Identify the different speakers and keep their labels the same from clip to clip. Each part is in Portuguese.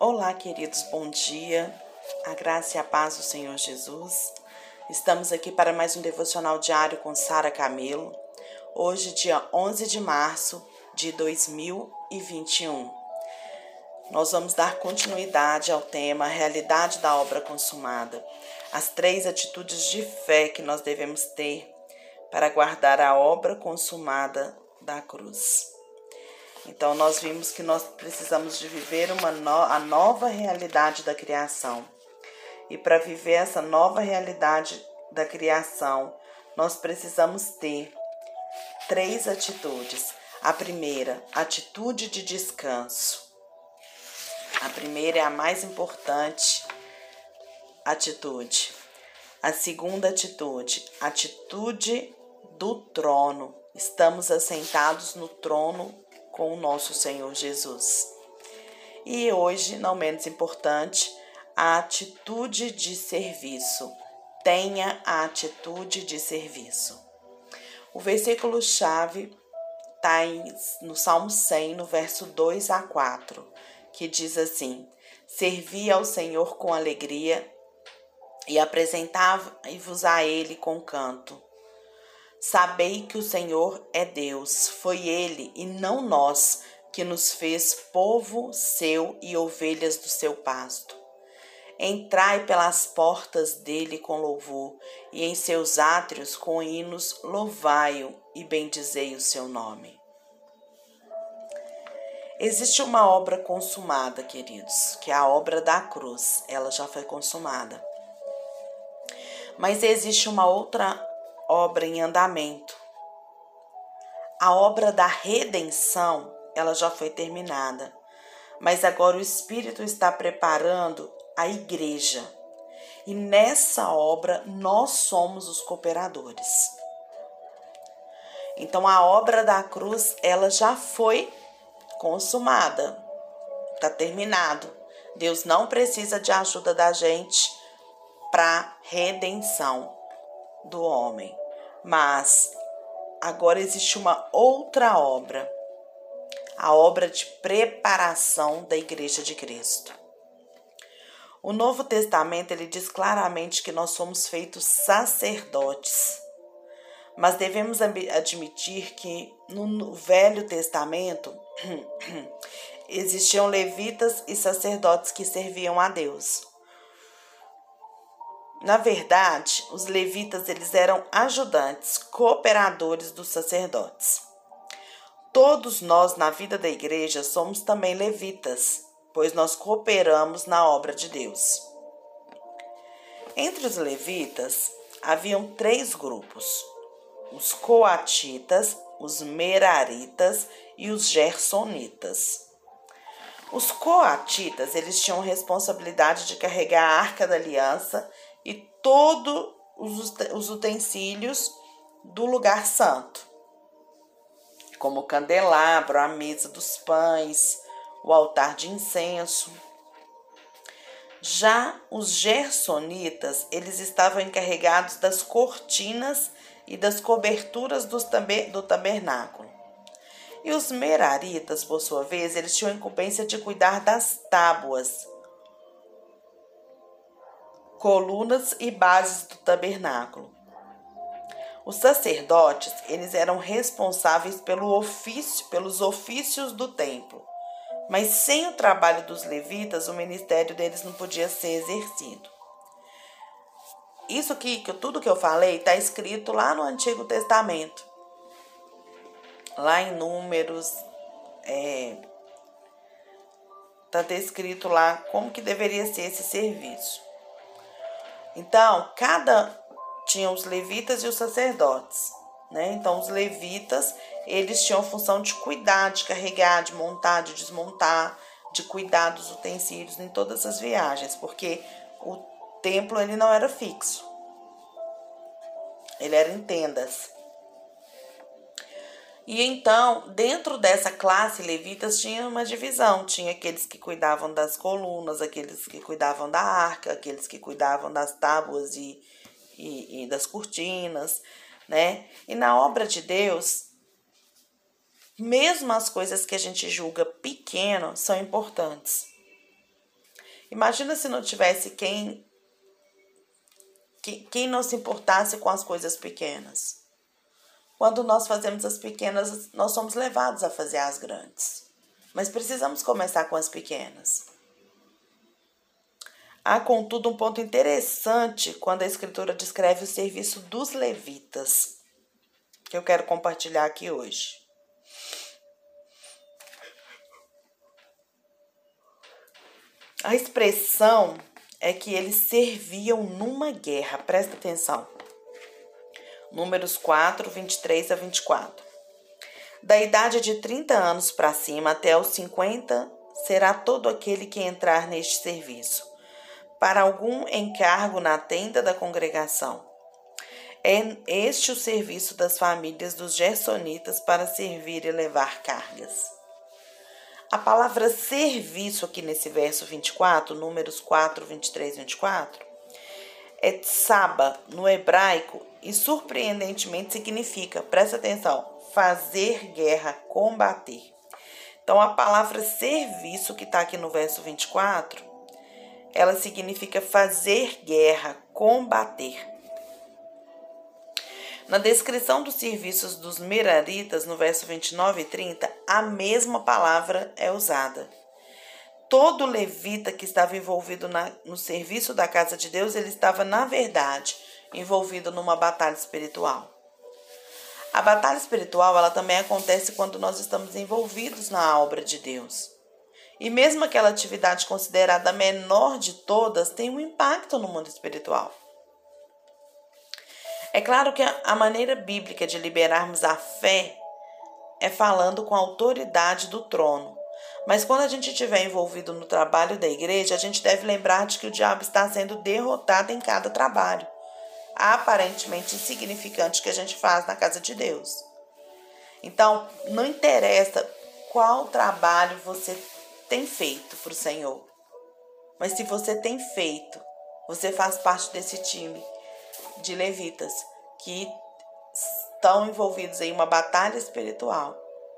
Speaker 1: Olá, queridos, bom dia. A graça e a paz do Senhor Jesus. Estamos aqui para mais um devocional diário com Sara Camelo. Hoje, dia 11 de março de 2021. Nós vamos dar continuidade ao tema Realidade da Obra Consumada. As 3 atitudes de fé que nós devemos ter para guardar a obra consumada da cruz. Então, nós vimos que nós precisamos de viver a nova realidade da criação. E para viver essa nova realidade da criação, nós precisamos ter 3 atitudes. A primeira, atitude de descanso. A primeira é a mais importante atitude. A segunda atitude, atitude do trono. Estamos assentados no trono com o nosso Senhor Jesus. E hoje, não menos importante, a atitude de serviço. Tenha a atitude de serviço. O versículo-chave está no Salmo 100, no verso 2 a 4, que diz assim: servi ao Senhor com alegria e apresentai-vos a Ele com canto. Sabei que o Senhor é Deus, foi Ele e não nós que nos fez povo seu e ovelhas do seu pasto. Entrai pelas portas dele com louvor e em seus átrios com hinos louvai-o e bendizei o seu nome. Existe uma obra consumada, queridos, que é a obra da cruz. Ela já foi consumada. Mas existe uma outra obra em andamento. A obra da redenção, ela já foi terminada. Mas agora o Espírito está preparando a igreja. E nessa obra nós somos os cooperadores. Então a obra da cruz, ela já foi consumada. Está terminado. Deus não precisa de ajuda da gente para redenção do homem. Mas agora existe uma outra obra, a obra de preparação da Igreja de Cristo. O Novo Testamento, ele diz claramente que nós somos feitos sacerdotes, mas devemos admitir que no Velho Testamento existiam levitas e sacerdotes que serviam a Deus. Na verdade, os levitas eles eram ajudantes, cooperadores dos sacerdotes. Todos nós na vida da igreja somos também levitas, pois nós cooperamos na obra de Deus. Entre os levitas, haviam 3 grupos: os coatitas, os meraritas e os gersonitas. Os coatitas eles tinham responsabilidade de carregar a arca da aliança e todos os utensílios do lugar santo, como o candelabro, a mesa dos pães, o altar de incenso. Já os gersonitas, eles estavam encarregados das cortinas e das coberturas do tabernáculo. E os meraritas, por sua vez, eles tinham a incumbência de cuidar das tábuas, colunas e bases do tabernáculo. Os sacerdotes, eles eram responsáveis pelos ofícios do templo, mas sem o trabalho dos levitas, o ministério deles não podia ser exercido. Isso tudo que eu falei está escrito lá no Antigo Testamento, lá em Números, está descrito lá como que deveria ser esse serviço. Então, tinha os levitas e os sacerdotes, né? Então, os levitas, eles tinham a função de cuidar, de carregar, de montar, de desmontar, de cuidar dos utensílios em todas as viagens, porque o templo ele não era fixo, ele era em tendas. E então, dentro dessa classe, levitas tinha uma divisão. Tinha aqueles que cuidavam das colunas, aqueles que cuidavam da arca, aqueles que cuidavam das tábuas e das cortinas, né? E na obra de Deus, mesmo as coisas que a gente julga pequeno são importantes. Imagina se não tivesse quem não se importasse com as coisas pequenas. Quando nós fazemos as pequenas, nós somos levados a fazer as grandes. Mas precisamos começar com as pequenas. Há, contudo, um ponto interessante quando a Escritura descreve o serviço dos levitas, que eu quero compartilhar aqui hoje. A expressão é que eles serviam numa guerra. Presta atenção. Números 4, 23 a 24. Da idade de 30 anos para cima até os 50, será todo aquele que entrar neste serviço, para algum encargo na tenda da congregação. É este o serviço das famílias dos gersonitas para servir e levar cargas. A palavra serviço aqui nesse verso 24, Números 4, 23 e 24, é tsaba no hebraico e surpreendentemente significa, presta atenção, fazer guerra, combater. Então a palavra serviço que está aqui no verso 24, ela significa fazer guerra, combater. Na descrição dos serviços dos meraritas, no verso 29 e 30, a mesma palavra é usada. Todo levita que estava envolvido no serviço da casa de Deus, ele estava, na verdade, envolvido numa batalha espiritual. A batalha espiritual, ela também acontece quando nós estamos envolvidos na obra de Deus. E mesmo aquela atividade considerada a menor de todas, tem um impacto no mundo espiritual. É claro que a maneira bíblica de liberarmos a fé é falando com a autoridade do trono. Mas quando a gente estiver envolvido no trabalho da igreja, a gente deve lembrar de que o diabo está sendo derrotado em cada trabalho, aparentemente insignificante, que a gente faz na casa de Deus. Então, não interessa qual trabalho você tem feito para o Senhor, mas se você tem feito, você faz parte desse time de levitas que estão envolvidos em uma batalha espiritual.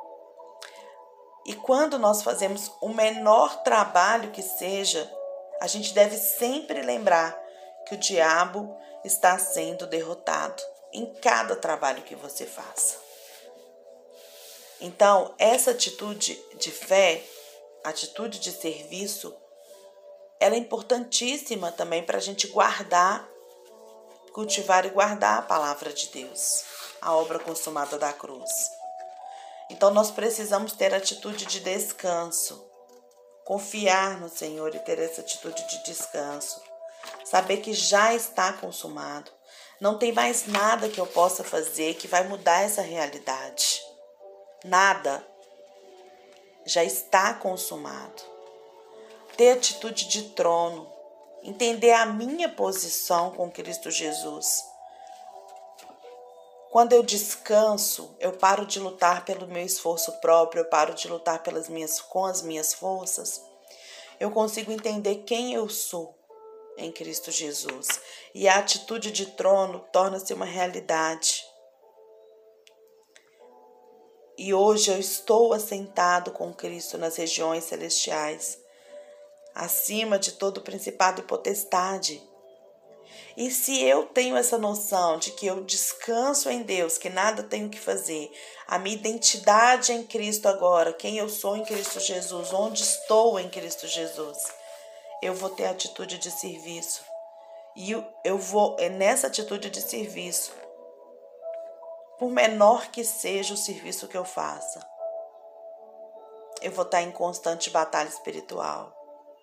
Speaker 1: E quando nós fazemos o menor trabalho que seja, a gente deve sempre lembrar que o diabo está sendo derrotado em cada trabalho que você faça. Então, essa atitude de fé, atitude de serviço, ela é importantíssima também para a gente cultivar e guardar a palavra de Deus, a obra consumada da cruz. Então nós precisamos ter atitude de descanso, confiar no Senhor e ter essa atitude de descanso, saber que já está consumado, não tem mais nada que eu possa fazer que vai mudar essa realidade, nada, já está consumado. Ter atitude de trono, entender a minha posição com Cristo Jesus. Quando eu descanso, eu paro de lutar pelo meu esforço próprio, eu paro de lutar com as minhas forças. Eu consigo entender quem eu sou em Cristo Jesus. E a atitude de trono torna-se uma realidade. E hoje eu estou assentado com Cristo nas regiões celestiais, acima de todo principado e potestade. E se eu tenho essa noção de que eu descanso em Deus, que nada tenho que fazer, a minha identidade em Cristo agora, quem eu sou em Cristo Jesus, onde estou em Cristo Jesus, eu vou ter atitude de serviço. E eu vou, nessa atitude de serviço, por menor que seja o serviço que eu faça, eu vou estar em constante batalha espiritual.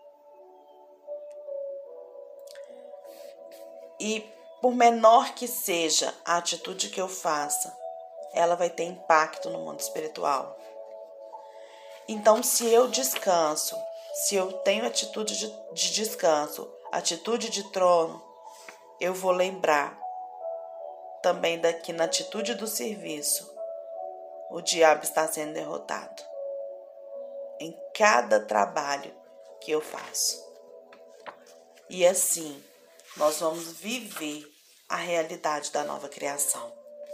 Speaker 1: E por menor que seja a atitude que eu faça, ela vai ter impacto no mundo espiritual. Então, se eu descanso, se eu tenho atitude de descanso, atitude de trono, eu vou lembrar também que na atitude do serviço, o diabo está sendo derrotado em cada trabalho que eu faço. E assim, nós vamos viver a realidade da nova criação.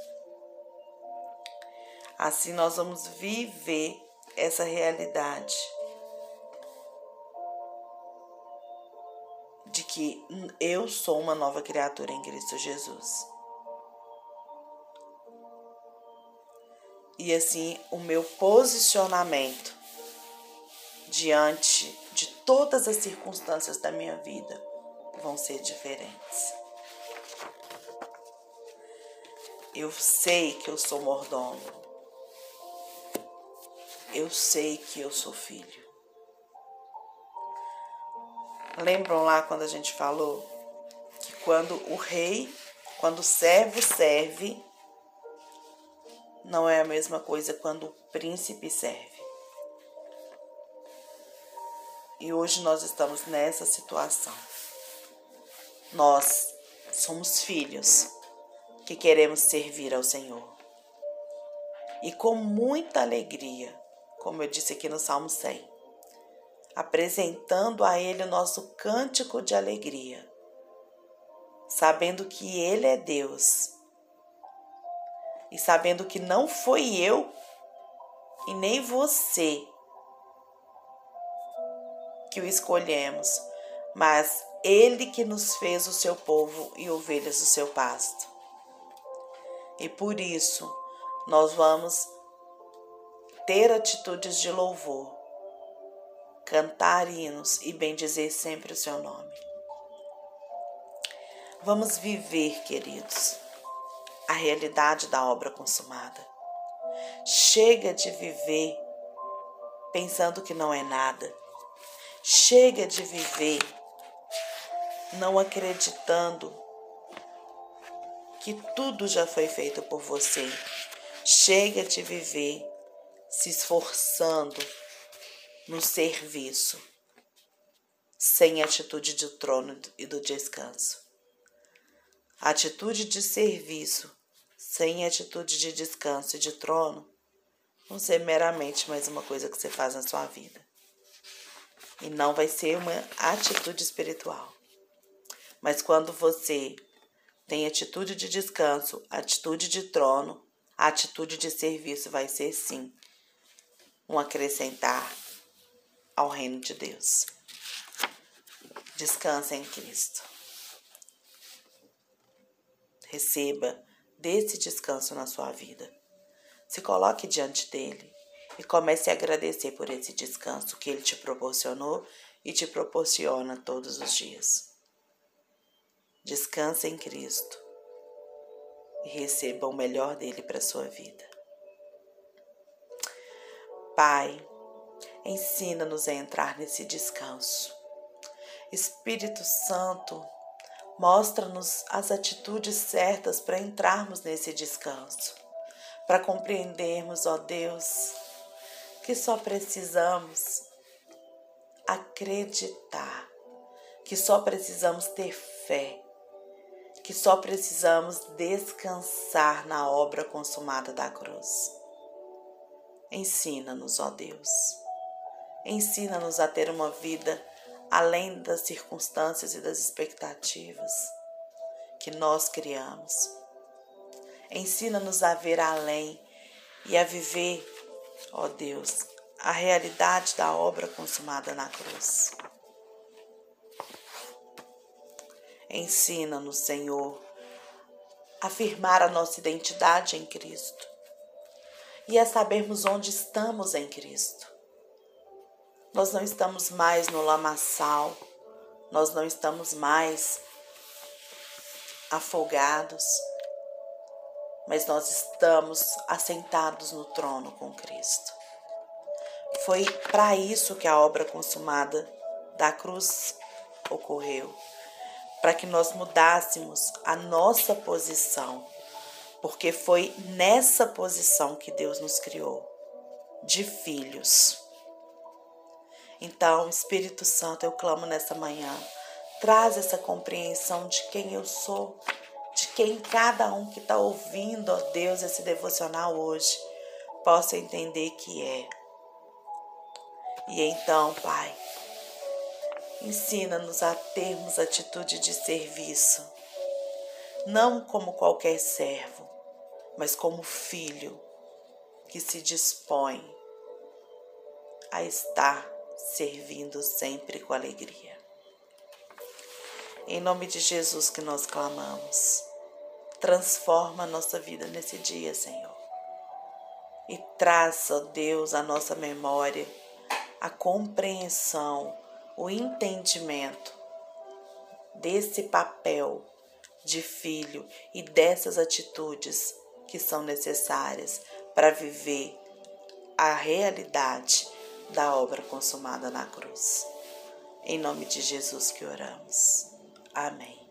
Speaker 1: Assim nós vamos viver essa realidade de que eu sou uma nova criatura em Cristo Jesus. E assim, o meu posicionamento diante de todas as circunstâncias da minha vida vão ser diferentes. Eu sei que eu sou mordomo. Eu sei que eu sou filho. Lembram lá quando a gente falou que quando o servo serve, não é a mesma coisa quando o príncipe serve. E hoje nós estamos nessa situação. Nós somos filhos que queremos servir ao Senhor. E com muita alegria, como eu disse aqui no Salmo 100, apresentando a Ele o nosso cântico de alegria, sabendo que Ele é Deus e sabendo que não foi eu e nem você que o escolhemos, mas Ele que nos fez o seu povo e ovelhas do seu pasto. E por isso nós vamos ter atitudes de louvor, cantar hinos e bendizer sempre o seu nome. Vamos viver, queridos, a realidade da obra consumada. Chega de viver pensando que não é nada. Chega de viver não acreditando que tudo já foi feito por você. Chega de viver se esforçando no serviço, sem atitude do trono e do descanso. Atitude de serviço, sem atitude de descanso e de trono, vão ser meramente mais uma coisa que você faz na sua vida. E não vai ser uma atitude espiritual. Mas quando você tem atitude de descanso, atitude de trono, a atitude de serviço vai ser sim um acrescentar ao reino de Deus. Descansa em Cristo. Receba desse descanso na sua vida. Se coloque diante dele e comece a agradecer por esse descanso que ele te proporcionou e te proporciona todos os dias. Descansa em Cristo e receba o melhor dele para a sua vida. Pai, ensina-nos a entrar nesse descanso. Espírito Santo, mostra-nos as atitudes certas para entrarmos nesse descanso, para compreendermos, ó Deus, que só precisamos acreditar, que só precisamos ter fé, que só precisamos descansar na obra consumada da cruz. Ensina-nos, ó Deus. Ensina-nos a ter uma vida além das circunstâncias e das expectativas que nós criamos. Ensina-nos a ver além e a viver, ó Deus, a realidade da obra consumada na cruz. Ensina-nos, Senhor, a afirmar a nossa identidade em Cristo e a sabermos onde estamos em Cristo. Nós não estamos mais no lamaçal, nós não estamos mais afogados, mas nós estamos assentados no trono com Cristo. Foi para isso que a obra consumada da cruz ocorreu, para que nós mudássemos a nossa posição, porque foi nessa posição que Deus nos criou, de filhos. Então, Espírito Santo, eu clamo nessa manhã, traz essa compreensão de quem eu sou, de quem cada um que está ouvindo, ó Deus, esse devocional hoje, possa entender que é. E então, Pai, ensina-nos a termos atitude de serviço, não como qualquer servo, mas como filho que se dispõe a estar servindo sempre com alegria. Em nome de Jesus que nós clamamos. Transforma a nossa vida nesse dia, Senhor. E traz, ó Deus, à nossa memória a compreensão, o entendimento desse papel de filho e dessas atitudes que são necessárias para viver a realidade da obra consumada na cruz. Em nome de Jesus que oramos. Amém.